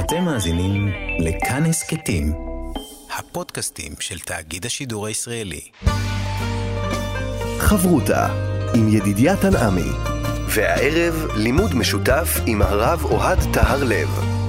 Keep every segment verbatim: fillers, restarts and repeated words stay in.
אתם מאזינים לכאן הסכתים, הפודקאסטים של תאגיד השידור הישראלי. חברותה עם ידידיה תנעמי, והערב לימוד משותף עם הרב אוהד טהר לב.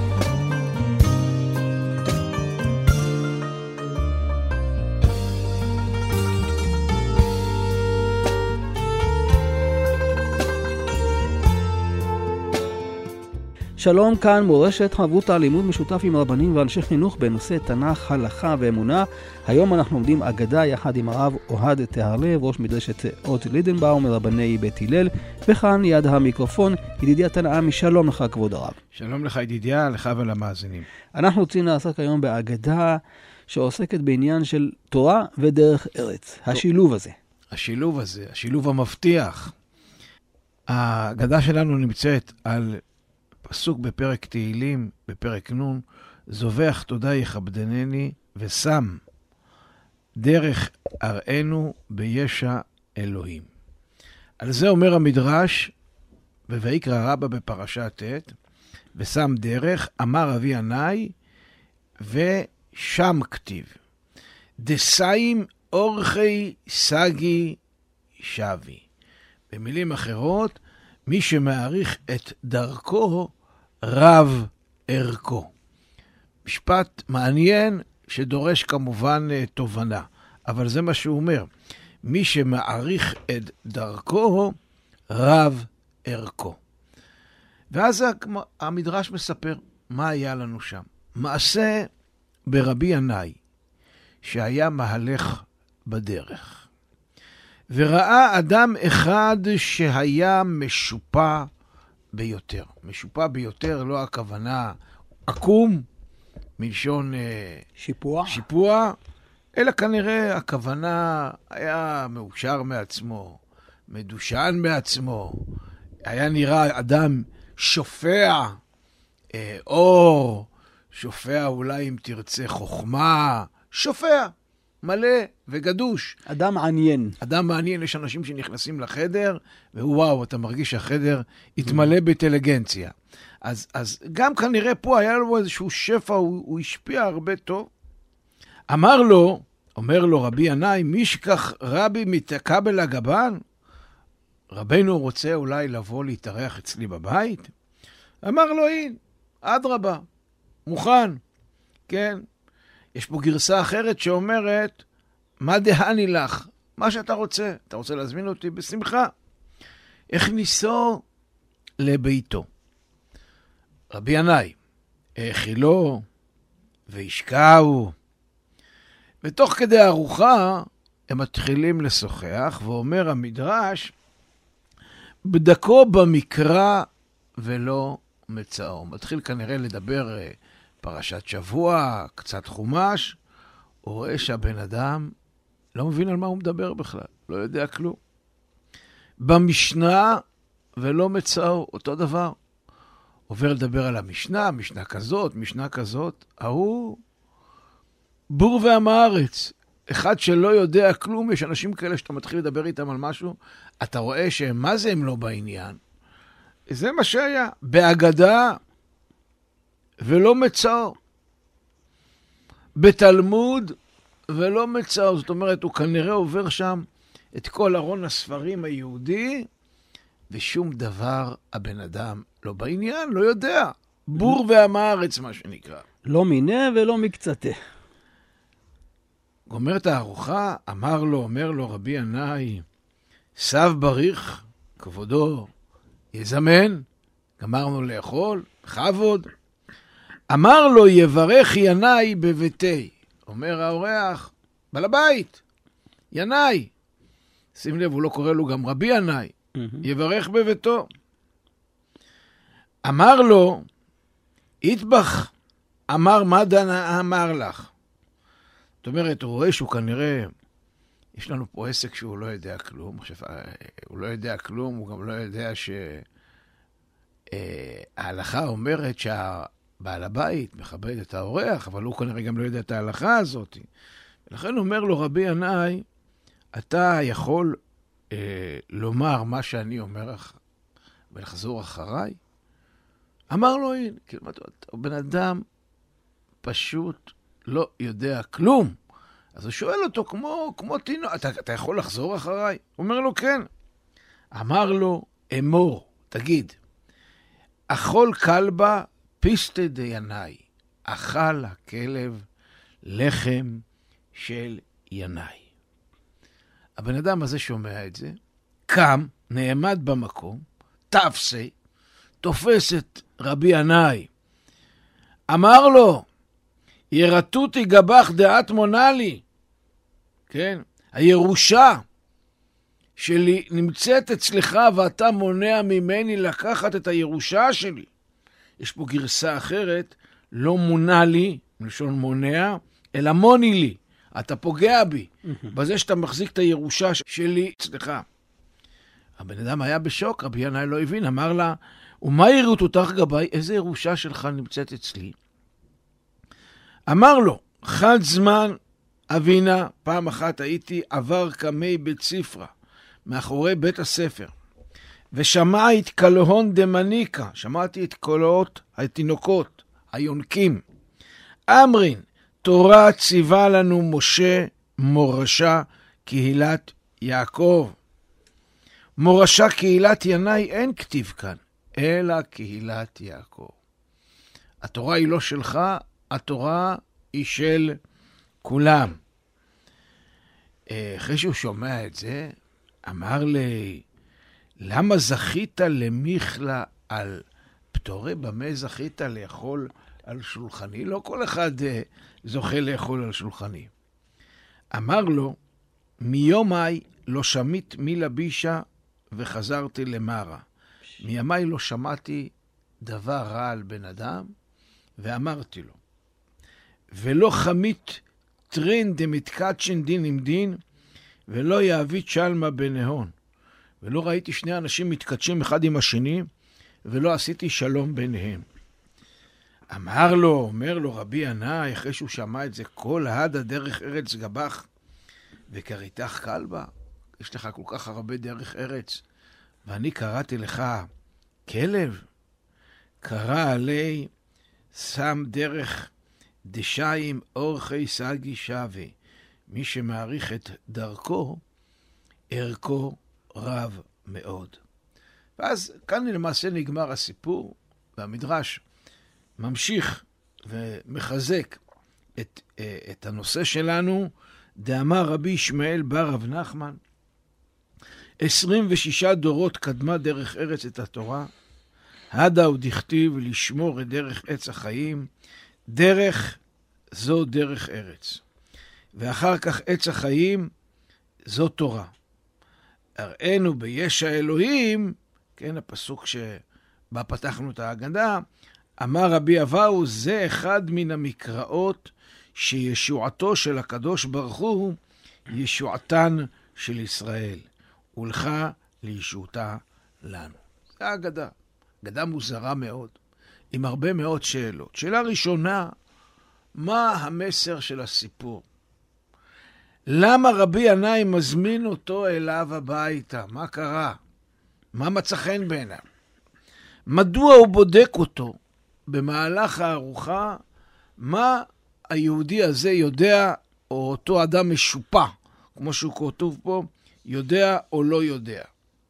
שלום, כאן מורשת חברותה, לימוד משותף עם רבנים ואנשי חינוך בנושא תנ"ך, הלכה ואמונה. היום אנחנו עומדים אגדה יחד עם הרב אוהד טהר לב, ראש מדרשת אורט לידנבאום מרבני בית הלל, וכאן יד המיקרופון ידידיה תנעמי. שלום לך כבוד הרב. שלום לך ידידיה, לך ולמאזינים. אנחנו רוצים לעסוק היום באגדה שעוסקת בעניין של תורה ודרך ארץ, השילוב הזה. השילוב הזה, השילוב המבטיח. האגדה שלנו נמצאת על פסוק בפרק תהילים, בפרק נון, זובח תודה יכבדנני ושם דרך אראנו בישע אלוהים. על זה אומר המדרש, בויקרא רבא בפרשת ט', ושם דרך, אמר אבי ינאי, ושם כתיב. דסיים אורחי סגי שבי. במילים אחרות, מי שמעריך את דרכו, רב ערכו. משפט מעניין שדורש כמובן תובנה, אבל זה מה שהוא אומר. מי שמעריך את דרכו, רב ערכו. ואז המדרש מספר מה היה לנו שם. מעשה ברבי ינאי, שהיה מהלך בדרך. וראה אדם אחד שהיה משופע ביותר. משופע ביותר, לא הכוונה עקום, מלשון שיפוע, שיפוע, אלא כנראה הכוונה היה מאושר מעצמו, מדושן מעצמו, היה נראה אדם שופע אה, אור, שופע אולי אם תרצה חוכמה, שופע. מלא וגדוש. אדם מעניין. אדם מעניין, יש אנשים שנכנסים לחדר, ווואו, אתה מרגיש שהחדר התמלא באינטליגנציה. אז, אז גם כנראה פה היה לו איזשהו שפע, הוא, הוא השפיע הרבה טוב. אמר לו, אומר לו רבי ינאי, מי שכך רבי מתקבל הגבן? רבנו רוצה אולי לבוא להתארח אצלי בבית? אמר לו, הנה, אדרבה, מוכן, כן. יש פה גרסה אחרת שאומרת, מה דהני לך? מה שאתה רוצה. אתה רוצה להזמין אותי בשמחה. הכניסו לביתו. רבי ינאי, האכילו והשקעו. ותוך כדי ארוחה, הם מתחילים לשוחח, ואומר המדרש, בדקו במקרא ולא מצאו. מתחיל כנראה לדבר פרשת שבוע, קצת חומש, הוא רואה שהבן אדם לא מבין על מה הוא מדבר בכלל, לא יודע כלום. במשנה ולא מצאו, אותו דבר. עובר לדבר על המשנה, משנה כזאת, משנה כזאת, ההוא בור ועם הארץ. אחד שלא יודע כלום, יש אנשים כאלה שאתה מתחיל לדבר איתם על משהו, אתה רואה שמה זה הם לא בעניין. זה מה שהיה, באגדה ולא מצאו. בתלמוד ולא מצאו. זאת אומרת, הוא כנראה עובר שם את כל ארון הספרים היהודי, ושום דבר הבן אדם לא בעניין, לא יודע. בור ועם הארץ, מה שנקרא. לא מיני ולא מקצתה. גומרת הארוחה, אמר לו, אומר לו רבי ינאי, סב בריך, כבודו, יזמן, גמרנו לאכול, חבוד. אמר לו, יברך ינאי בביתי. אומר האורח, בעל הבית, ינאי. שים לב, הוא לא קורא לו גם רבי ינאי. Mm-hmm. יברך בביתו. אמר לו, יטבח, אמר מה דנה אמר לך. זאת אומרת, הוא רואה שהוא כנראה, יש לנו פה עסק שהוא לא יודע כלום. עכשיו, הוא לא יודע כלום, הוא גם לא יודע שההלכה אומרת שה... בעל הבית מכבד את האורח, אבל הוא כנראה גם לא יודע את ההלכה הזאת. ולכן אומר לו רבי ינאי, אתה יכול אה, לומר מה שאני אומר ולחזור אחריי? אמר לו, הנה, כאילו, בן אדם פשוט לא יודע כלום. אז הוא שואל אותו כמו, כמו תינוק, אתה, אתה יכול לחזור אחריי? הוא אומר לו, כן. אמר לו, אמור, תגיד, אכול כלבה פיסטה דינאי, אכל הכלב לחם של ינאי. הבן אדם הזה שומע את זה, קם, נעמד במקום, תפסה, תופס את רבי ינאי, אמר לו, ירתותי גבך דעת מונה לי, כן? הירושה שלי נמצאת אצלך ואתה מונע ממני לקחת את הירושה שלי. יש פה גרסה אחרת, לא מונה לי, מלשון מונע, אלא מוני לי. אתה פוגע בי, בזה שאתה מחזיק את הירושה שלי אצלך. הבן אדם היה בשוק, רבי ינאי לא הבין, אמר לה, ומה יראות אותך גבי, איזה ירושה שלך נמצאת אצלי? אמר לו, חד זמן אבינה, פעם אחת הייתי עבר קמי בית ספרה, מאחורי בית הספר, ושמע את קלהון דמניקה, שמעתי את קולות התינוקות, היונקים. אמרין, תורה ציווה לנו משה מורשה קהילת יעקב. מורשה קהילת ינאי אין כתיב כאן, אלא קהילת יעקב. התורה היא לא שלך, התורה היא של כולם. אחרי שהוא שומע את זה, אמר לי, למה זכית למיכלה על פטורי? במה זכית לאכול על שולחני? לא כל אחד זוכה לאכול על שולחני. אמר לו, מיומי לא שמית מילה בישה וחזרתי למרה. מיומי לא שמעתי דבר רע על בן אדם ואמרתי לו. ולא חמית טרין דמתקדשן דין עם דין, ולא יעבית שלמה בנהון. ולא ראיתי שני אנשים מתקדשים אחד עם השני, ולא עשיתי שלום ביניהם. אמר לו, אומר לו רבי ינאי, אחרי שהוא שמע את זה, כל הדה דרך ארץ גבך, וקריתך כלבה, יש לך כל כך הרבה דרך ארץ, ואני קראתי לך כלב, קרא עלי, שם דרך דשיים אורחי סגי שווה, מי שמעריך את דרכו, ערכו רב מאוד. ואז כאן למעשה נגמר הסיפור, והמדרש ממשיך ומחזק את, את הנושא שלנו, דאמר רבי ישמעאל בר רב נחמן, עשרים ושישה דורות קדמה דרך ארץ את התורה, הדה ודכתיב לשמור את דרך עץ החיים, דרך זו דרך ארץ. ואחר כך עץ החיים זו תורה. הראינו ביש האלוהים, כן, הפסוק שבה פתחנו את ההגדה, אמר רבי אבאו, זה אחד מן המקראות שישועתו של הקדוש ברוך הוא ישועתן של ישראל, ולך לישועתה לנו. זה ההגדה. הגדה מוזרה מאוד, עם הרבה מאוד שאלות. שאלה ראשונה, מה המסר של הסיפור? למה רבי ינאי מזמין אותו אליו הביתה? מה קרה? מה מצא חן בעיניו? מדוע הוא בודק אותו במהלך הארוחה? מה היהודי הזה יודע, או אותו אדם משופע, כמו שהוא כותב פה, יודע או לא יודע?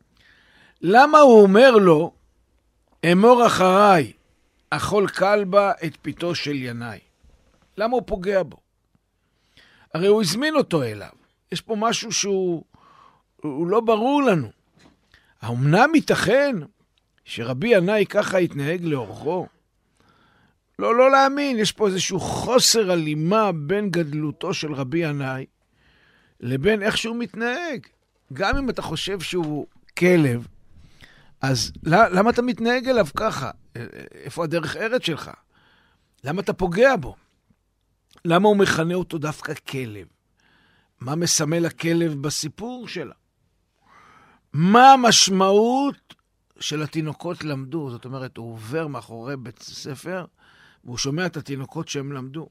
למה הוא אומר לו, אמור אחריי, אכול כלבה את פיתו של ינאי? למה הוא פוגע בו? הרי הוא הזמין אותו אליו. יש פה משהו שהוא הוא לא ברור לנו. האמנם ייתכן שרבי ינאי ככה יתנהג לאורכו? לא, לא להאמין. יש פה איזשהו חוסר הלימה בין גדלותו של רבי ינאי לבין איך שהוא מתנהג. גם אם אתה חושב שהוא כלב, אז למה אתה מתנהג אליו ככה? איפה הדרך ארץ שלך? למה אתה פוגע בו? למה הוא מכנה אותו דווקא כלב? מה מסמל הכלב בסיפור שלה? מה המשמעות של התינוקות למדו? זאת אומרת, הוא עובר מאחורי בית ספר, והוא שומע את התינוקות שהם למדו.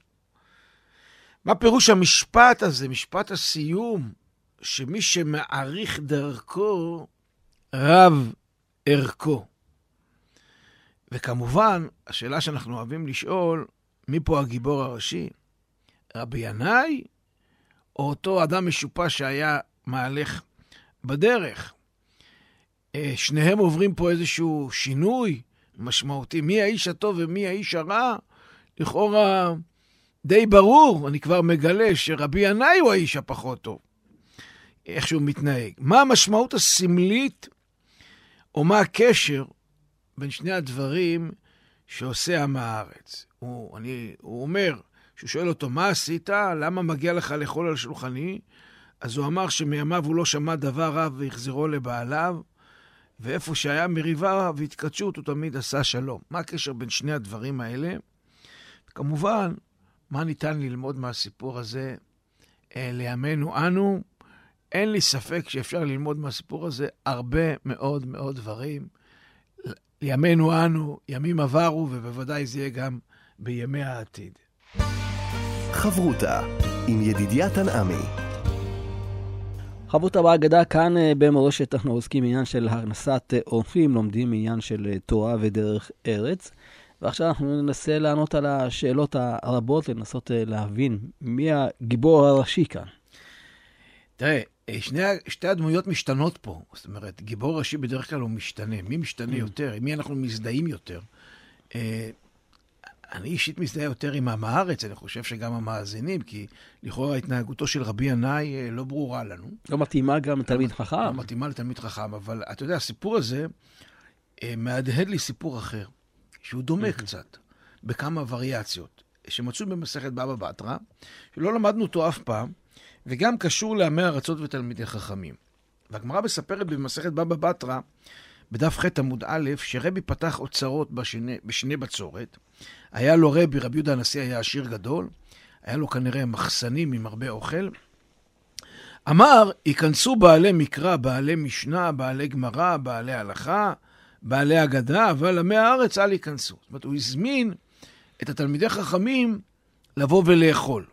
מה פירוש המשפט הזה, משפט הסיום, שמי שמעריך דרכו, רב ערכו? וכמובן, השאלה שאנחנו אוהבים לשאול, מי פה הגיבור הראשי? רבי ינאי, או אותו אדם משופע שהיה מהלך בדרך? שניהם עוברים פה איזשהו שינוי משמעותי. מי האיש הטוב ומי האיש הרע? לכאורה די ברור, אני כבר מגלה שרבי ינאי הוא האיש הפחות טוב. איך שהוא מתנהג. מה המשמעות הסמלית, או מה הקשר בין שני הדברים שעושה עם הארץ? הוא, אני, הוא אומר, שהוא שואל אותו, מה עשית? למה מגיע לך לאכול על שולחני? אז הוא אמר שמימיו הוא לא שמע דבר רב והחזירו לבעליו, ואיפה שהיה מריבה והתקדשות הוא תמיד עשה שלום. מה הקשר בין שני הדברים האלה? כמובן, מה ניתן ללמוד מהסיפור הזה לימינו אנו? אין לי ספק שאפשר ללמוד מהסיפור הזה הרבה מאוד מאוד דברים. לימינו אנו, ימים עברו, ובוודאי זה יהיה גם בימי העתיד. חברותה עם ידידיה תנעמי. חברותה בהגדה, כאן במורשת אנחנו עוסקים בעניין של הכנסת אורחים, לומדים עניין של תורה ודרך ארץ. ועכשיו אנחנו ננסה לענות על השאלות הרבות, לנסות להבין מי הגיבור הראשי כאן. תראה, שני, שתי הדמויות משתנות פה. זאת אומרת, גיבור ראשי בדרך כלל הוא משתנה. מי משתנה יותר? עם מי אנחנו מזדהים יותר? אני אישית מזדהה יותר עם עם הארץ, אני חושב שגם המאזינים, כי לכאורה התנהגותו של רבי ינאי לא ברורה לנו. לא מתאימה גם לתלמיד חכם. לא מתאימה לתלמיד חכם, אבל אתה יודע, הסיפור הזה מהדהד לי סיפור אחר, שהוא דומה קצת, בכמה וריאציות, שמצאו במסכת בבא בתרא, שלא למדנו אותו אף פעם, וגם קשור לעמי ארצות ותלמידי חכמים. והגמרא מספרת במסכת בבא בתרא, בדף ח' עמוד א', שרבי פתח אוצרות בשני, בשני בצורת. היה לו רבי, רבי יהודה הנשיא היה עשיר גדול, היה לו כנראה מחסנים עם הרבה אוכל. אמר, ייכנסו בעלי מקרא, בעלי משנה, בעלי גמרא, בעלי הלכה, בעלי אגדה, אבל עמי הארץ אל ייכנסו. זאת אומרת, הוא הזמין את התלמידי חכמים לבוא ולאכול.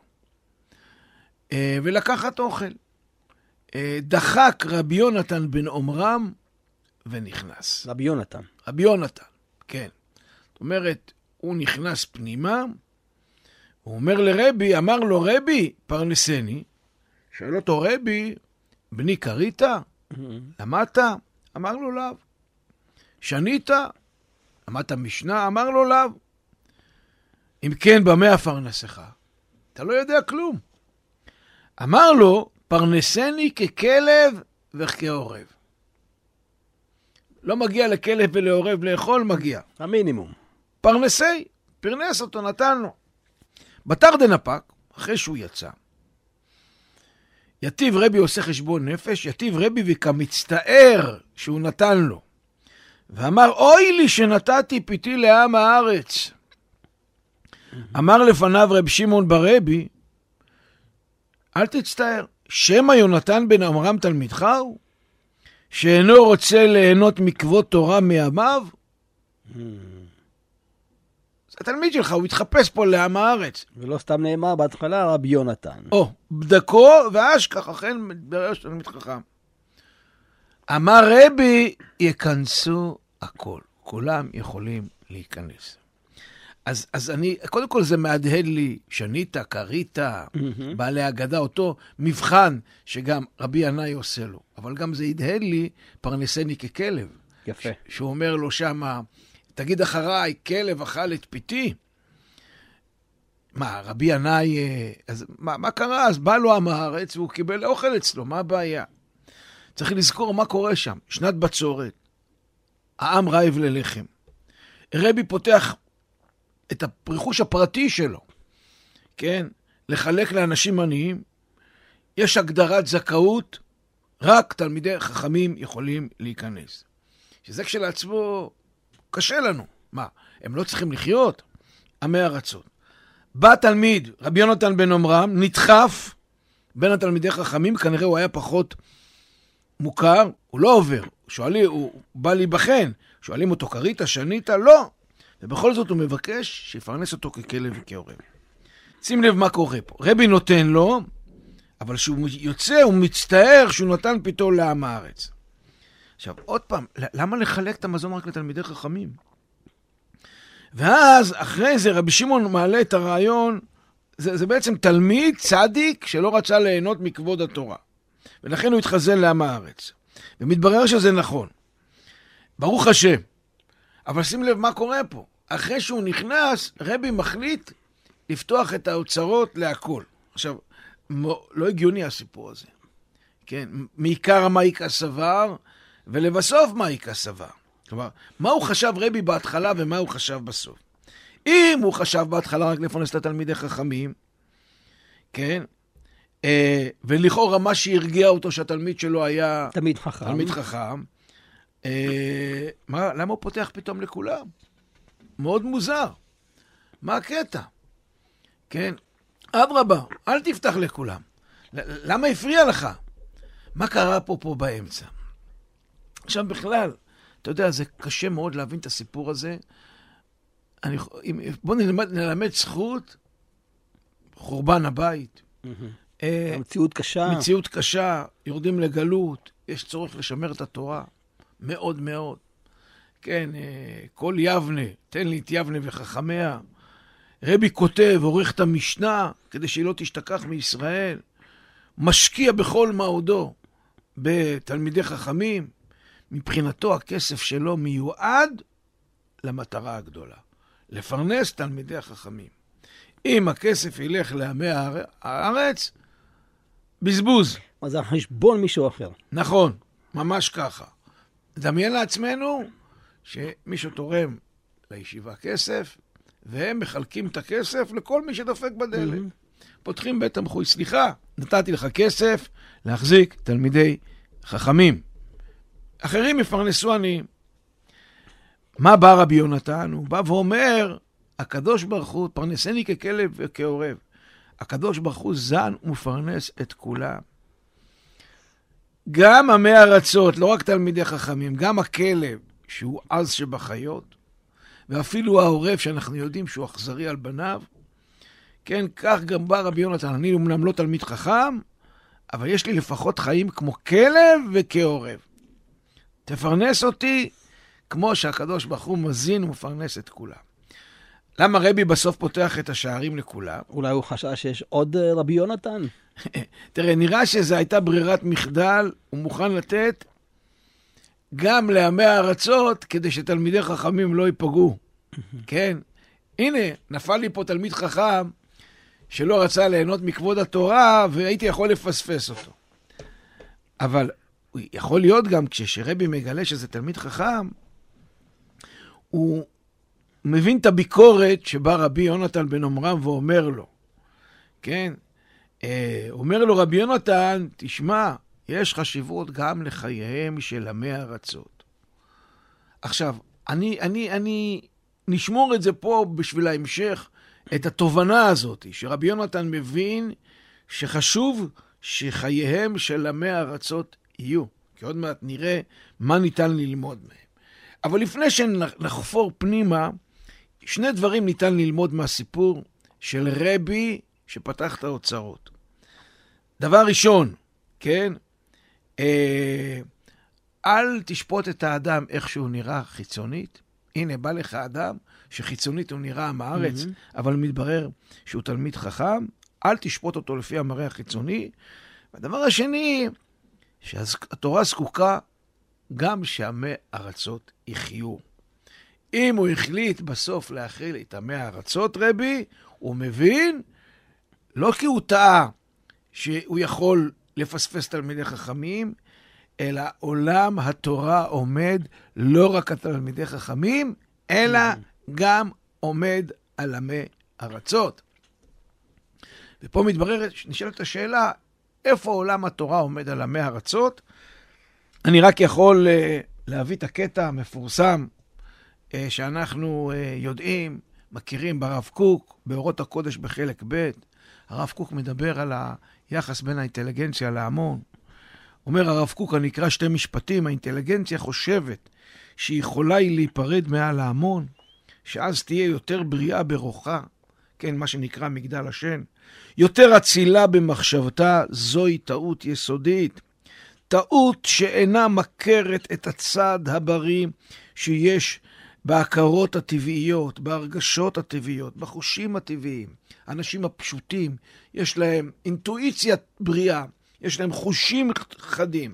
ולקחת אוכל. דחק רבי יונתן בן עומרם ונכנס. רבי יונתן. רבי יונתן, כן. זאת אומרת, הוא נכנס פנימה, הוא אומר לרבי, אמר לו רבי, פרנסני. שואל אותו רבי, בני קרית? למדת? אמר לו לאו. שנית? למדת משנה? אמר לו לאו. אם כן, במה הפרנסך? אתה לא יודע כלום. אמר לו, פרנסני ככלב וכעורב. לא מגיע לכלב ולעורב לאכול, מגיע. המינימום. פרנסי, פרנס אותו, נתן לו. בתר דנפק, אחרי שהוא יצא, יתיב רבי עושה חשבון נפש, יתיב רבי וכמצטער שהוא נתן לו. ואמר, אוי לי שנתתי פיתי לעם הארץ. אמר לפניו רב שמעון ברבי, אל תצטער, שמא יונתן בן עמרם תלמידך הוא, שאינו רוצה ליהנות מכבוד תורה מימיו? זה התלמיד שלך, הוא התחפש פה לעם הארץ. ולא סתם נאמר בהתחלה רבי יונתן. או, בדקו ואשכח, אכן מתברר שתלמיד חכם. אמר רבי, יכנסו הכל. כולם יכולים להיכנס. אז, אז אני, קודם כל זה מהדהד לי, שנית, קרית, mm-hmm. בעלי אגדה, אותו מבחן שגם רבי ינאי עושה לו. אבל גם זה ידהד לי, פרנסני ככלב. יפה. ש- שהוא אומר לו שמה, תגיד אחריי, כלב אכל את פיתי? מה, רבי ינאי, אז מה, מה קרה? אז בא לו עם הארץ והוא קיבל אוכל אצלו, מה הבעיה? צריך לזכור מה קורה שם. שנת בצורת, העם רעב ללחם. רבי פותח את הפריחוש הפרטי שלו, כן? לחלק לאנשים עניים. יש הגדרת זכאות, רק תלמידי חכמים יכולים להיכנס. שזה כשלעצמו קשה לנו. מה, הם לא צריכים לחיות? עמי ארצות. בא תלמיד, רבי יונתן בן עומרם, נדחף בין התלמידי חכמים, כנראה הוא היה פחות מוכר, הוא לא עובר. שואלים, הוא בא להיבחן, שואלים אותו, קרית, שנית? לא. ובכל זאת הוא מבקש שיפרנס אותו ככלב וכעורב. שים לב מה קורה פה. רבי נותן לו, אבל כשהוא יוצא הוא מצטער שהוא נתן פתאום לעם הארץ. עכשיו, עוד פעם, למה לחלק את המזון רק לתלמידי חכמים? ואז אחרי זה רבי שמעון מעלה את הרעיון, זה, זה בעצם תלמיד צדיק שלא רצה ליהנות מכבוד התורה. ולכן הוא התחזן לעם הארץ. ומתברר שזה נכון. ברוך השם. אבל שים לב מה קורה פה. אחרי שהוא נכנס, רבי מחליט לפתוח את האוצרות להכל. עכשיו, לא הגיוני הסיפור הזה. כן, מעיקר מה יקה סבר, ולבסוף מה יקה סבר. כלומר, מה הוא חשב רבי בהתחלה ומה הוא חשב בסוף. אם הוא חשב בהתחלה רק לפרנס את התלמידי חכמים, כן, אה, ולכאורה מה שהרגיע אותו שהתלמיד שלו היה תלמיד חכם, תלמיד חכם אה, מה, למה הוא פותח פתאום לכולם? מאוד מוזר. מה הקטע? כן, אדרבה, אל תפתח לכולם. למה הפריע לך? מה קרה פה פה באמצע? עכשיו בכלל, אתה יודע, זה קשה מאוד להבין את הסיפור הזה. אני, בוא נלמד, נלמד זכות, חורבן הבית. Mm-hmm. אה, מציאות קשה. מציאות קשה, יורדים לגלות, יש צורך לשמר את התורה. מאוד מאוד. כן, אה, כל יבנה, תן לי את יבנה וחכמיה. רבי כותב, עורך את המשנה, כדי שהיא לא תשתכח מישראל. משקיע בכל מאודו בתלמידי חכמים. מבחינתו הכסף שלו מיועד למטרה הגדולה. לפרנס תלמידי החכמים. אם הכסף ילך לעמי הארץ, בזבוז. אז זה חשבון מישהו אחר. נכון, ממש ככה. דמיין לעצמנו שמישהו תורם לישיבה כסף, והם מחלקים את הכסף לכל מי שדופק בדלת. Mm-hmm. פותחים בית המחוי, סליחה, נתתי לך כסף להחזיק תלמידי חכמים. אחרים יפרנסו עניים. מה בא רבי יונתן? הוא בא ואומר, הקדוש ברוך הוא פרנסני ככלב וכעורב. הקדוש ברוך הוא זן ומפרנס את כולם. גם עמי ארצות, לא רק תלמידי חכמים, גם הכלב שהוא עז שבחיות, ואפילו העורב שאנחנו יודעים שהוא אכזרי על בניו, כן, כך גם בא רבי יונתן. אני אומנם לא תלמיד חכם, אבל יש לי לפחות חיים כמו כלב וכעורב. תפרנס אותי כמו שהקדוש ברוך הוא מזין ומפרנס את כולם. למה רבי בסוף פותח את השערים לכולם? אולי הוא חשש שיש עוד רבי יונתן? תראה, נראה שזו הייתה ברירת מחדל, הוא מוכן לתת גם לעמי הארצות, כדי שתלמידי חכמים לא ייפגעו. כן? הנה, נפל לי פה תלמיד חכם, שלא רצה ליהנות מכבוד התורה, והייתי יכול לפספס אותו. אבל הוא יכול להיות גם כשרבי מגלה שזה תלמיד חכם, הוא מבין את הביקורת שבא רבי יונתן בן עמרם ואומר לו, כן? אומר לו רבי יונתן, תשמע, יש חשיבות גם לחייהם של עמי הארצות. עכשיו, אני, אני, אני נשמור את זה פה בשביל ההמשך, את התובנה הזאת, שרבי יונתן מבין שחשוב שחייהם של עמי הארצות יהיו. כי עוד מעט נראה מה ניתן ללמוד מהם. אבל לפני שנחפור פנימה, שני דברים ניתן ללמוד מהסיפור של רבי שפתח את האוצרות. דבר ראשון, כן, אה, אל תשפוט את האדם איך שהוא נראה חיצונית. הנה, בא לך אדם שחיצונית הוא נראה עם הארץ, mm-hmm. אבל מתברר שהוא תלמיד חכם. אל תשפוט אותו לפי המראה החיצוני. והדבר השני, שהתורה זקוקה גם שעמי ארצות יחיו. אם הוא החליט בסוף להכיל את עמי הארצות, רבי, הוא מבין, לא כי הוא טעה שהוא יכול לפספס תלמידי חכמים, אלא עולם התורה עומד לא רק על תלמידי חכמים, אלא גם עומד על עמי ארצות. ופה מתבררת, נשאלת השאלה, איפה עולם התורה עומד על עמי ארצות? אני רק יכול uh, להביא את הקטע המפורסם uh, שאנחנו uh, יודעים, מכירים ברב קוק, באורות הקודש בחלק ב'. הרב קוק מדבר על היחס בין האינטליגנציה להמון. אומר הרב קוק, אני אקרא שתי משפטים, האינטליגנציה חושבת שהיא יכולה היא להיפרד מעל ההמון, שאז תהיה יותר בריאה ברוחה, כן, מה שנקרא מגדל השן, יותר אצילה במחשבתה, זוהי טעות יסודית. טעות שאינה מכרת את הצד הבריא שיש בהכרות הטבעיות, בהרגשות הטבעיות, בחושים הטבעיים. האנשים הפשוטים, יש להם אינטואיציה בריאה, יש להם חושים חדים,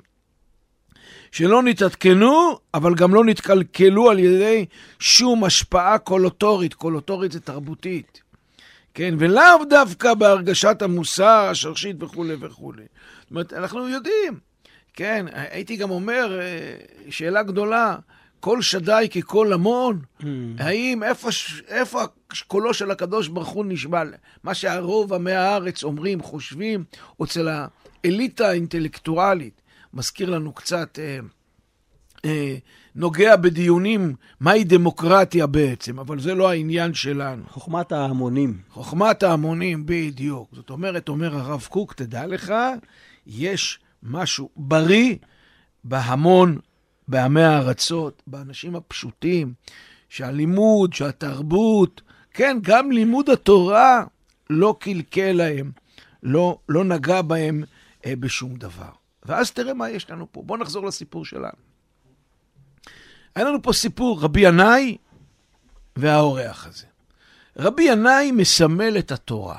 שלא נתעדכנו, אבל גם לא נתקלקלו על ידי שום השפעה קולוטורית. קולוטורית זה תרבותית. כן, ולאו דווקא בהרגשת המוסר, השרשית וכו' וכו'. זאת אומרת, אנחנו יודעים, כן, הייתי גם אומר, שאלה גדולה, כל שדי ככל המון, mm. האם איפה, איפה קולו של הקדוש ברוך הוא נשמע? מה שהרוב עמי הארץ אומרים, חושבים, אצל האליטה האינטלקטואלית, מזכיר לנו קצת, אה, אה, נוגע בדיונים מהי דמוקרטיה בעצם, אבל זה לא העניין שלנו. חוכמת ההמונים. חוכמת ההמונים, בדיוק. זאת אומרת, אומר הרב קוק, תדע לך, יש משהו בריא בהמון, בעמי הארצות, באנשים הפשוטים, שהלימוד, שהתרבות, כן, גם לימוד התורה לא קלקל להם, לא, לא נגע בהם אה, בשום דבר. ואז תראה מה יש לנו פה. בואו נחזור לסיפור שלנו. היה לנו פה סיפור רבי ינאי והאורח הזה. רבי ינאי מסמל את התורה.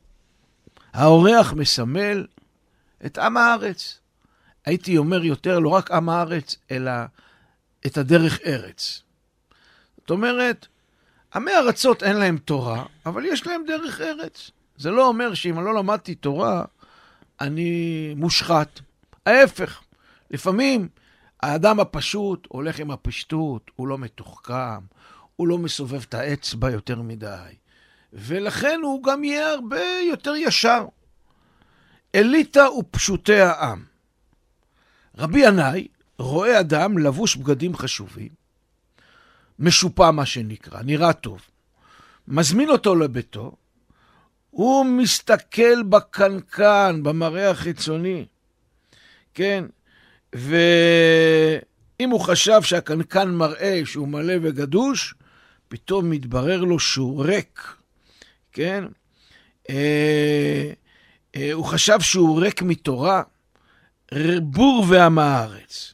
האורח מסמל את עם הארץ. הייתי אומר יותר, לא רק עם הארץ, אלא את הדרך ארץ. זאת אומרת, עמי ארצות אין להם תורה, אבל יש להם דרך ארץ. זה לא אומר שאם אני לא למדתי תורה, אני מושחת. ההפך, לפעמים האדם הפשוט הולך עם הפשטות, הוא לא מתוחכם, הוא לא מסובב את האצבע יותר מדי, ולכן הוא גם יהיה הרבה יותר ישר. אליטה ופשוטי העם. רבי ינאי רואה אדם לבוש בגדים חשובים, משופע מה שנקרא, נראה טוב, מזמין אותו לביתו, הוא מסתכל בקנקן, במראה החיצוני, כן, ואם הוא חשב שהקנקן מראה שהוא מלא וגדוש, פתאום מתברר לו שהוא ריק, כן, אה, אה, הוא חשב שהוא ריק מתורה, בור ועם הארץ.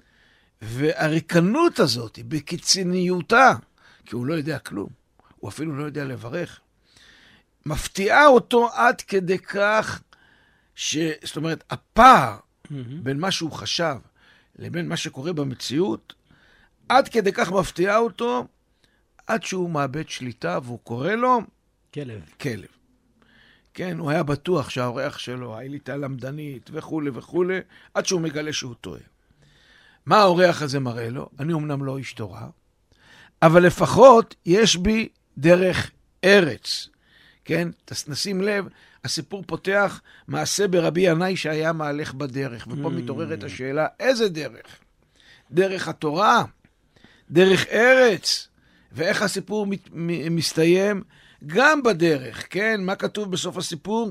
והריקנות הזאת, בקיצוניותה, כי הוא לא יודע כלום, הוא אפילו לא יודע לברך, מפתיעה אותו עד כדי כך, ש... זאת אומרת, הפער mm-hmm. בין מה שהוא חשב לבין מה שקורה במציאות, עד כדי כך מפתיעה אותו, עד שהוא מאבד שליטה, והוא קורא לו כלב. כלב. כן, הוא היה בטוח שהאורח שלו, האליטה למדנית וכו' וכו', עד שהוא מגלה שהוא טועה. מה האורח הזה מראה לו? אני אמנם לא איש תורה, אבל לפחות יש בי דרך ארץ. כן, נשים לב, הסיפור פותח מעשה ברבי ינאי שהיה מהלך בדרך, ופה mm. מתעוררת השאלה, איזה דרך? דרך התורה? דרך ארץ? ואיך הסיפור מת, מסתיים? גם בדרך, כן? מה כתוב בסוף הסיפור?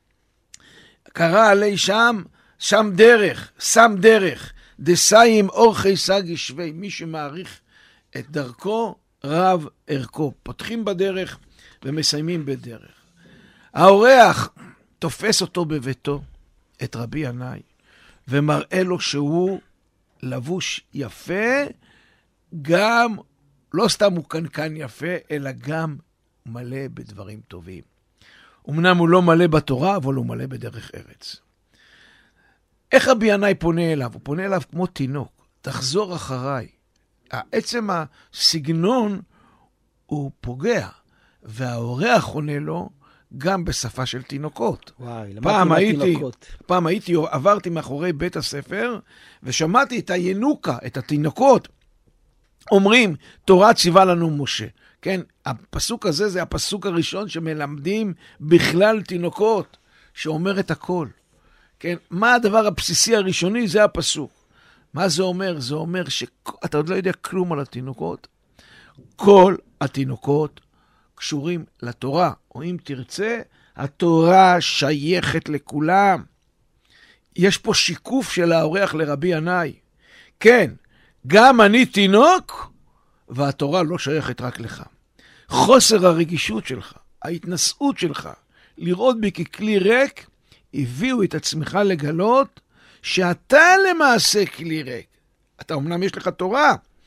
קרא עלי שם, שם דרך, שם דרך, דסיים אורחי סגי שווי, מי שמעריך את דרכו, רב ערכו. פותחים בדרך ומסיימים בדרך. האורח תופס אותו בביתו, את רבי ינאי, ומראה לו שהוא לבוש יפה, גם, לא סתם הוא קנקן יפה, אלא גם מלא בדברים טובים. אמנם הוא לא מלא בתורה, אבל הוא מלא בדרך ארץ. איך רבי ינאי פונה אליו? הוא פונה אליו כמו תינוק, תחזור אחריי. עצם הסגנון הוא פוגע, והאורח עונה לו גם בשפה של תינוקות. וואי, פעם למדתי הייתי, לתינוקות. פעם הייתי, עברתי מאחורי בית הספר, ושמעתי את הינוקה, את התינוקות, אומרים, תורה ציווה לנו משה. כן, הפסוק הזה זה הפסוק הראשון שמלמדים בכלל תינוקות, שאומר את הכל. כן, מה הדבר הבסיסי הראשוני? זה הפסוק. מה זה אומר? זה אומר שאתה עוד לא יודע כלום על התינוקות. כל התינוקות קשורים לתורה, או אם תרצה, התורה שייכת לכולם. יש פה שיקוף של האורח לרבי ינאי. כן, גם אני תינוק, והתורה לא שייכת רק לך. חוסר הרגישות שלך, ההתנשאות שלך, לראות בי ככלי ריק, הביאו את עצמך לגלות שאתה למעשה כלי ריק. אתה אמנם יש לך תורה,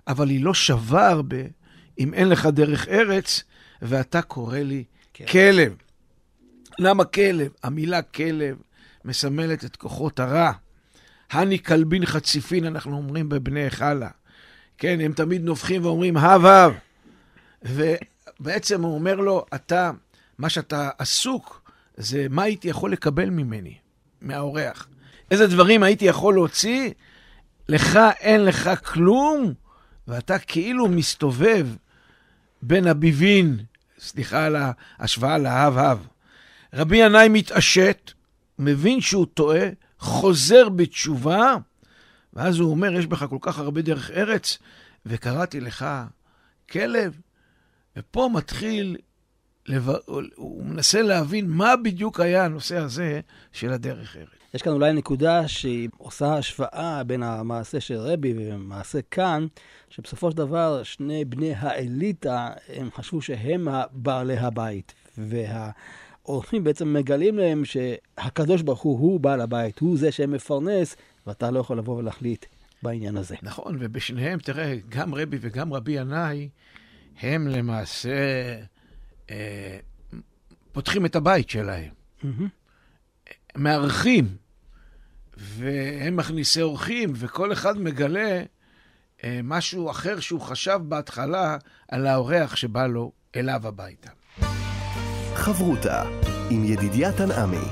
אבל היא לא שווה הרבה אם אין לך דרך ארץ, ואתה קורא לי כן. כלב. למה כלב? המילה כלב מסמלת את כוחות הרע. הני כלבין חציפין, אנחנו אומרים בבני חלה. כן, הם תמיד נופחים ואומרים, הב הב. ובעצם הוא אומר לו, אתה, מה שאתה עסוק, זה מה הייתי יכול לקבל ממני, מהאורח. איזה דברים הייתי יכול להוציא? לך אין לך כלום, ואתה כאילו מסתובב בין הביבין, סליחה על ההשוואה להב הב. רבי ינאי מתעשת, מבין שהוא טועה, חוזר בתשובה, ואז הוא אומר, יש בך כל כך הרבה דרך ארץ, וקראתי לך כלב, ופה מתחיל, לב... הוא מנסה להבין מה בדיוק היה הנושא הזה של הדרך ארץ. יש כאן אולי נקודה שהיא עושה השוואה בין המעשה של רבי ומעשה כאן, שבסופו של דבר שני בני האליטה, הם חשבו שהם בעלי הבית, והאורחים בעצם מגלים להם שהקדוש ברוך הוא הוא בעל הבית, הוא זה שמפרנס, ואתה לא יכול לבוא ולהחליט בעניין הזה. נכון, ובשניהם, תראה, גם רבי וגם רבי ינאי, הם למעשה אה, פותחים את הבית שלהם. Mm-hmm. מארחים, והם מכניסי אורחים, וכל אחד מגלה אה, משהו אחר שהוא חשב בהתחלה על האורח שבא לו אליו הביתה. חברותה עם ידידיה תנעמי.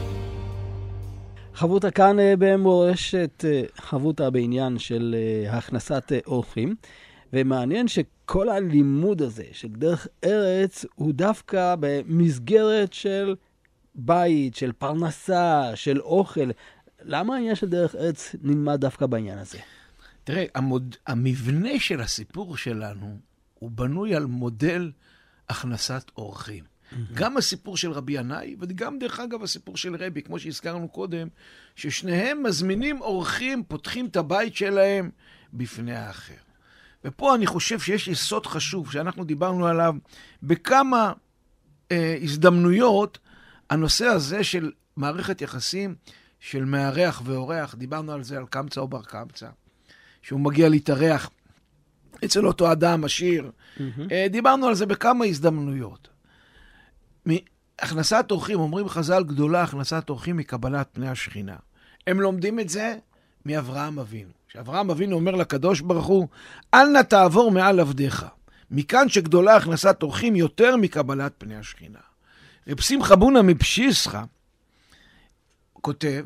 חברותה כאן במורשת, חברותה בעניין של הכנסת אורחים, ומעניין שכל הלימוד הזה של דרך ארץ הוא דווקא במסגרת של בית, של פרנסה, של אוכל. למה העניין של דרך ארץ נלמד דווקא בעניין הזה? תראה, המוד... המבנה של הסיפור שלנו הוא בנוי על מודל הכנסת אורחים. Mm-hmm. גם הסיפור של רבי ינאי, וגם דרך אגב הסיפור של רבי, כמו שהזכרנו קודם, ששניהם מזמינים אורחים, פותחים את הבית שלהם בפני האחר. ופה אני חושב שיש יסוד חשוב, שאנחנו דיברנו עליו בכמה אה, הזדמנויות, הנושא הזה של מערכת יחסים של מארח ואורח, דיברנו על זה על קמצא או בר קמצא, שהוא מגיע להתארח אצל אותו אדם עשיר. Mm-hmm. אה, דיברנו על זה בכמה הזדמנויות. הכנסת אורחים, אומרים חז"ל גדולה, הכנסת אורחים מקבלת פני השכינה. הם לומדים את זה מאברהם אבינו. שאברהם אבינו אומר לקדוש ברוך הוא, אל נא תעבור מעל עבדיך. מכאן שגדולה הכנסת אורחים יותר מקבלת פני השכינה. רב שמחה בונה מפשיסחה כותב,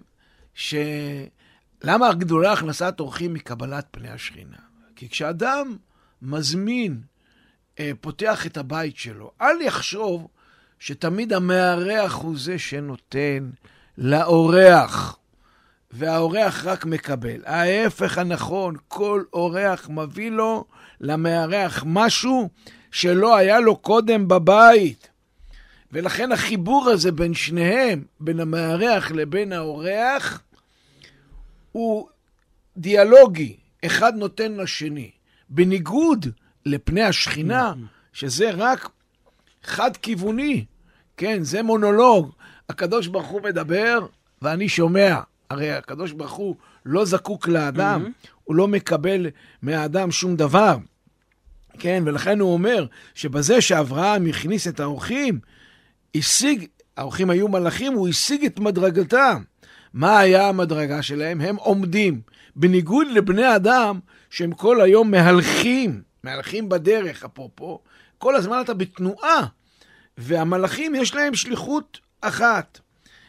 שלמה גדולה הכנסת אורחים מקבלת פני השכינה? כי כשאדם מזמין, פותח את הבית שלו, אל יחשוב שתמיד המארח הוא זה שנותן לאורח, והאורח רק מקבל. ההפך הנכון, כל אורח מביא לו למארח משהו שלא היה לו קודם בבית. ולכן החיבור הזה בין שניהם, בין המארח לבין האורח, הוא דיאלוגי, אחד נותן לשני. בניגוד לפני השכינה, שזה רק חד כיווני, כן, זה מונולוג. הקדוש ברוך הוא מדבר ואני שומע. הרי הקדוש ברוך הוא לא זקוק לאדם, mm-hmm. הוא לא מקבל מהאדם שום דבר. כן, ולכן הוא אומר שבזה שאברהם הכניס את האורחים, השיג, האורחים היו מלאכים, הוא השיג את מדרגתם. מה היה המדרגה שלהם? הם עומדים. בניגוד לבני אדם שהם כל היום מהלכים, מהלכים בדרך, אפרופו, כל הזמן אתה בתנועה. והמלאכים יש להם שליחות אחת.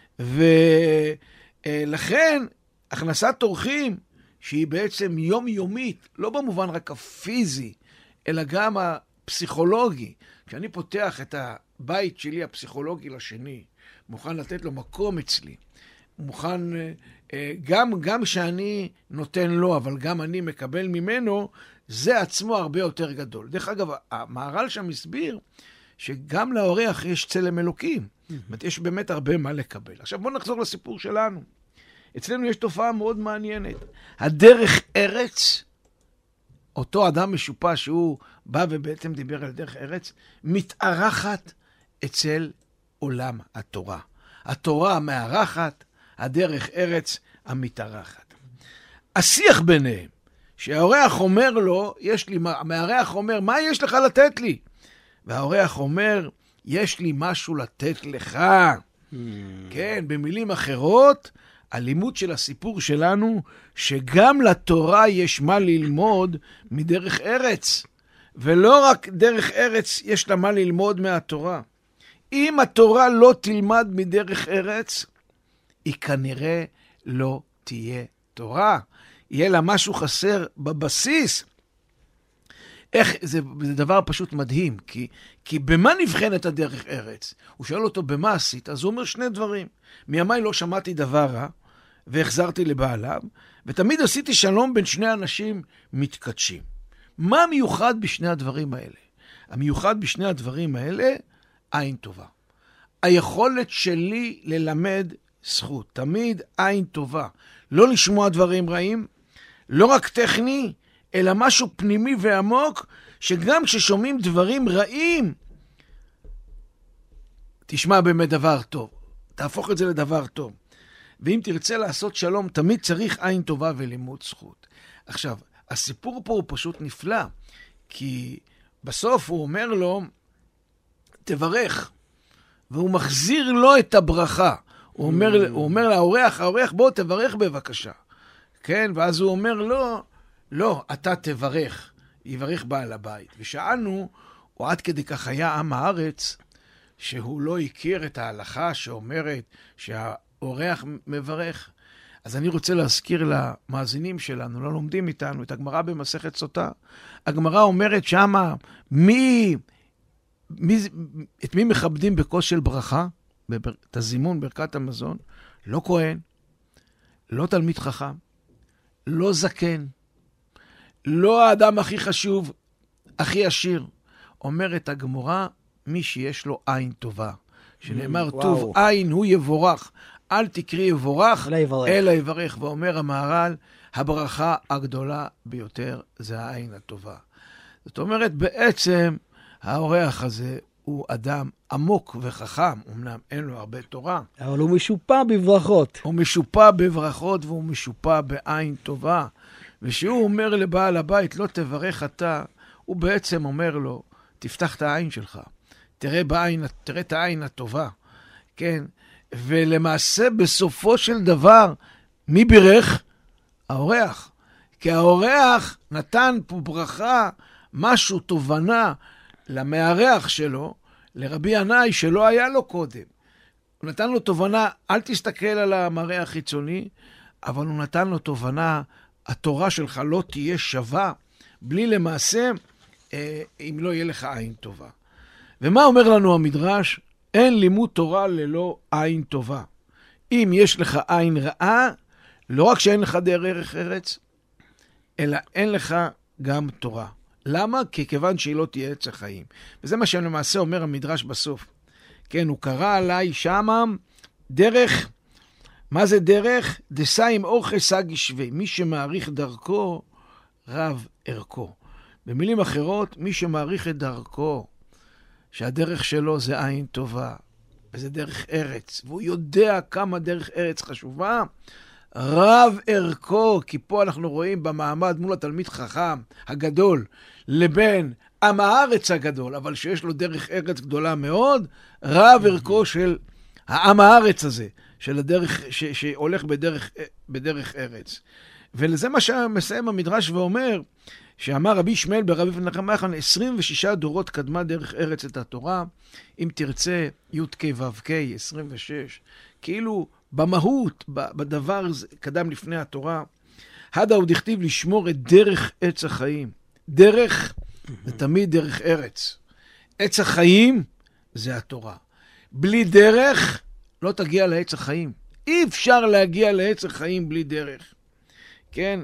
ולכן הכנסת אורחים שהיא בעצם יומיומית, לא במובן רק הפיזי, אלא גם הפסיכולוגי. כשאני פותח את הבית שלי הפסיכולוגי לשני, מוכן לתת לו מקום אצלי, מוכן גם, גם שאני נותן לו, אבל גם אני מקבל ממנו, זה עצמו הרבה יותר גדול. דרך אגב, המהר"ל שם הסביר שגם לאורח יש צלם אלוקים. זאת אומרת, יש באמת הרבה מה לקבל. עכשיו בואו נחזור לסיפור שלנו. אצלנו יש תופעה מאוד מעניינת. הדרך ארץ, אותו אדם משופע שהוא בא ובעצם דיבר על דרך ארץ, מתארחת אצל עולם התורה. התורה המארחת, הדרך ארץ המתארחת. השיח ביניהם, שהאורח אומר לו, יש לי, המארח אומר, מה יש לך לתת לי? והאורח אומר, יש לי משהו לתת לך. Mm. כן, במילים אחרות, הלימוד של הסיפור שלנו, שגם לתורה יש מה ללמוד מדרך ארץ. ולא רק דרך ארץ יש לה מה ללמוד מהתורה. אם התורה לא תלמד מדרך ארץ, היא כנראה לא תהיה תורה. יהיה לה משהו חסר בבסיס. איך, זה, זה דבר פשוט מדהים, כי, כי במה נבחנת הדרך ארץ? הוא שואל אותו, במה עשית? אז הוא אומר שני דברים. מימיי לא שמעתי דבר רע, והחזרתי לבעליו, ותמיד עשיתי שלום בין שני אנשים מתקדשים. מה מיוחד בשני הדברים האלה? המיוחד בשני הדברים האלה, עין טובה. היכולת שלי ללמד זכות, תמיד עין טובה. לא לשמוע דברים רעים, לא רק טכני, אלא משהו פנימי ועמוק, שגם כששומעים דברים רעים, תשמע באמת דבר טוב. תהפוך את זה לדבר טוב. ואם תרצה לעשות שלום, תמיד צריך עין טובה ולימוד זכות. עכשיו, הסיפור פה הוא פשוט נפלא, כי בסוף הוא אומר לו, תברך, והוא מחזיר לו את הברכה. הוא אומר, הוא אומר לאורח, האורח, בוא תברך בבקשה. כן, ואז הוא אומר לו, לא, אתה תברך, יברך בעל הבית. ושאלנו, או עד כדי כך היה עם הארץ, שהוא לא הכיר את ההלכה שאומרת שהאורח מברך. אז אני רוצה להזכיר למאזינים שלנו, לא לומדים איתנו, את הגמרא במסכת סוטה. הגמרא אומרת שמה, מי, מי, את מי מכבדים בכוס של ברכה? את הזימון, ברכת המזון? לא כהן, לא תלמיד חכם, לא זקן, לא האדם הכי חשוב, הכי עשיר. אומרת הגמרא, מי שיש לו עין טובה. שנאמר, טוב עין הוא יבורך. אל תקריא יבורך, אלא יברך. ואומר המהר"ל, הברכה הגדולה ביותר זה העין הטובה. זאת אומרת, בעצם האורח הזה הוא אדם עמוק וחכם, אמנם אין לו הרבה תורה. אבל הוא משופע בברכות. הוא משופע בברכות והוא משופע בעין טובה. ושהוא אומר לבעל הבית, לא תברך אתה, הוא בעצם אומר לו, תפתח את העין שלך. תראה בעין, תראה את העין הטובה. כן? ולמעשה בסופו של דבר, מי בירך? האורח. כי האורח נתן פה ברכה, משהו, תובנה, למארח שלו, לרבי ינאי שלא היה לו קודם. הוא נתן לו תובנה, אל תסתכל על המראה החיצוני, אבל הוא נתן לו תובנה, התורה שלך לא תהיה שווה, בלי למעשה, אה, אם לא יהיה לך עין טובה. ומה אומר לנו המדרש? אין לימוד תורה ללא עין טובה. אם יש לך עין רעה, לא רק שאין לך דרך ארץ, אלא אין לך גם תורה. למה? כי כיוון שהיא לא תהיה עץ החיים. וזה מה שלמעשה אומר המדרש בסוף. כן, הוא קרא עליי שמה דרך, מה זה דרך? דסיים אורכי סגי שווה. מי שמעריך דרכו, רב ערכו. במילים אחרות, מי שמעריך את דרכו, שהדרך שלו זה עין טובה, וזה דרך ארץ, והוא יודע כמה דרך ארץ חשובה, רב ערכו, כי פה אנחנו רואים במעמד מול התלמיד חכם הגדול, לבין עם הארץ הגדול, אבל שיש לו דרך ארץ גדולה מאוד, רב ערכו של העם הארץ הזה, של הדרך, ש, שהולך בדרך, בדרך ארץ. ולזה מה שמסיים המדרש ואומר, שאמר רבי ישמעאל ברבי מנחם מייחן, עשרים ושישה דורות קדמה דרך ארץ את התורה, אם תרצה י' כ' ו' כ', עשרים ושש, כאילו במהות, בדבר קדם לפני התורה, הדה הוא דכתיב לשמור את דרך עץ החיים. דרך זה תמיד דרך ארץ. עץ החיים זה התורה. בלי דרך לא תגיע לעץ החיים. אי אפשר להגיע לעץ החיים בלי דרך. כן?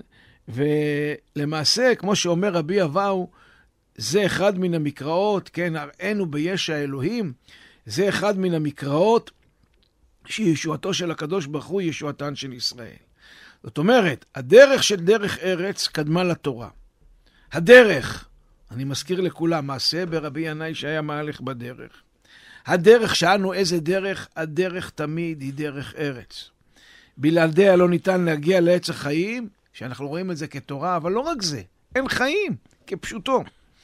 ולמעשה, כמו שאומר רבי אבאו, זה אחד מן המקראות, כן, הראינו בישע האלוהים, זה אחד מן המקראות שישועתו של הקדוש ברוך הוא ישועתן של ישראל. זאת אומרת, הדרך של דרך ארץ קדמה לתורה. הדרך, אני מזכיר לכולם, מעשה ברבי ינאי שהיה מהלך בדרך. הדרך, שאלנו איזה דרך, הדרך תמיד היא דרך ארץ. בלעדיה לא ניתן להגיע לעץ החיים, שאנחנו רואים את זה כתורה, אבל לא רק זה, אין חיים, כפשוטו.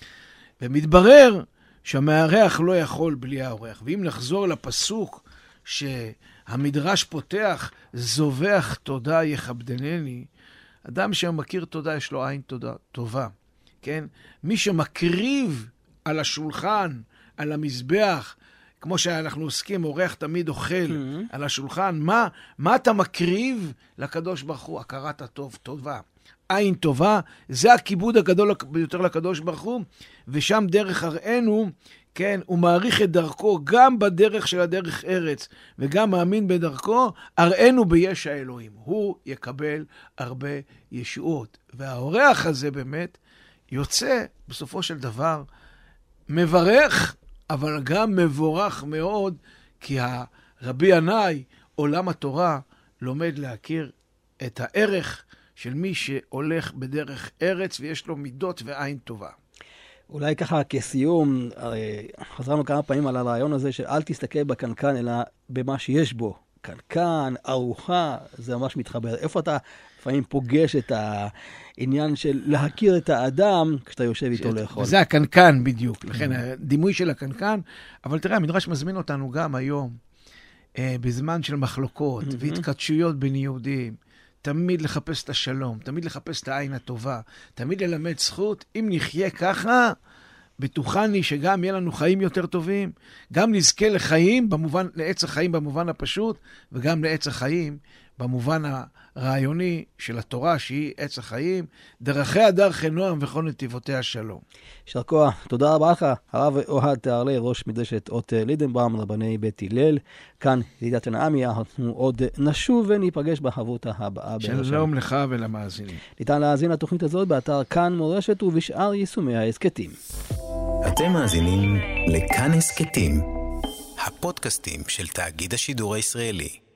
ומתברר שהמארח לא יכול בלי האורח. ואם נחזור לפסוק שהמדרש פותח, זובח תודה יכבדנני, אדם שמכיר תודה יש לו עין תודה טובה. כן? מי שמקריב על השולחן, על המזבח, כמו שאנחנו עוסקים, אורח תמיד אוכל mm-hmm. על השולחן, מה, מה אתה מקריב לקדוש ברוך הוא? הכרת הטוב, טובה. עין טובה, זה הכיבוד הגדול ביותר לקדוש ברוך הוא, ושם דרך הראינו, כן, הוא מעריך את דרכו גם בדרך של הדרך ארץ, וגם מאמין בדרכו, הראינו ביש האלוהים. הוא יקבל הרבה ישועות. והאורח הזה באמת יוצא בסופו של דבר מברך, אבל גם מבורך מאוד, כי הרבי ינאי, עולם התורה, לומד להכיר את הערך של מי שהולך בדרך ארץ ויש לו מידות ועין טובה. אולי ככה כסיום, חזרנו כמה פעמים על הרעיון הזה שאל תסתכל בקנקן אלא במה שיש בו. קנקן, ארוחה, זה ממש מתחבר. איפה אתה לפעמים פוגש את העניין של להכיר את האדם כשאתה יושב איתו לאכול? זה הקנקן בדיוק, לכן הדימוי של הקנקן, אבל תראה, המדרש מזמין אותנו גם היום, בזמן של מחלוקות והתקדשויות בין יהודים, תמיד לחפש את השלום, תמיד לחפש את העין הטובה, תמיד ללמד זכות. אם נחיה ככה, בטוחני שגם יהיה לנו חיים יותר טובים, גם נזכה לחיים, במובן, לעץ החיים במובן הפשוט, וגם לעץ החיים במובן הרעיוני של התורה, שהיא עץ החיים, דרכי הדרכי נועם וכל נתיבותיה שלום. יישר כוח, תודה רבה לך, הרב אוהד תהרלב, ראש מדרשת אות לידנבאום, רבני בית הלל, כאן ידידת הנעמי, אנחנו עוד נשוב וניפגש בחברותה הבאה. שלום לך ולמאזינים. ניתן להאזין לתוכנית הזאת באתר כאן מורשת ובשאר יישומי ההסכתים. אתם מאזינים לכאן הסכתים, הפודקאסטים של תאגיד השידור הישראלי.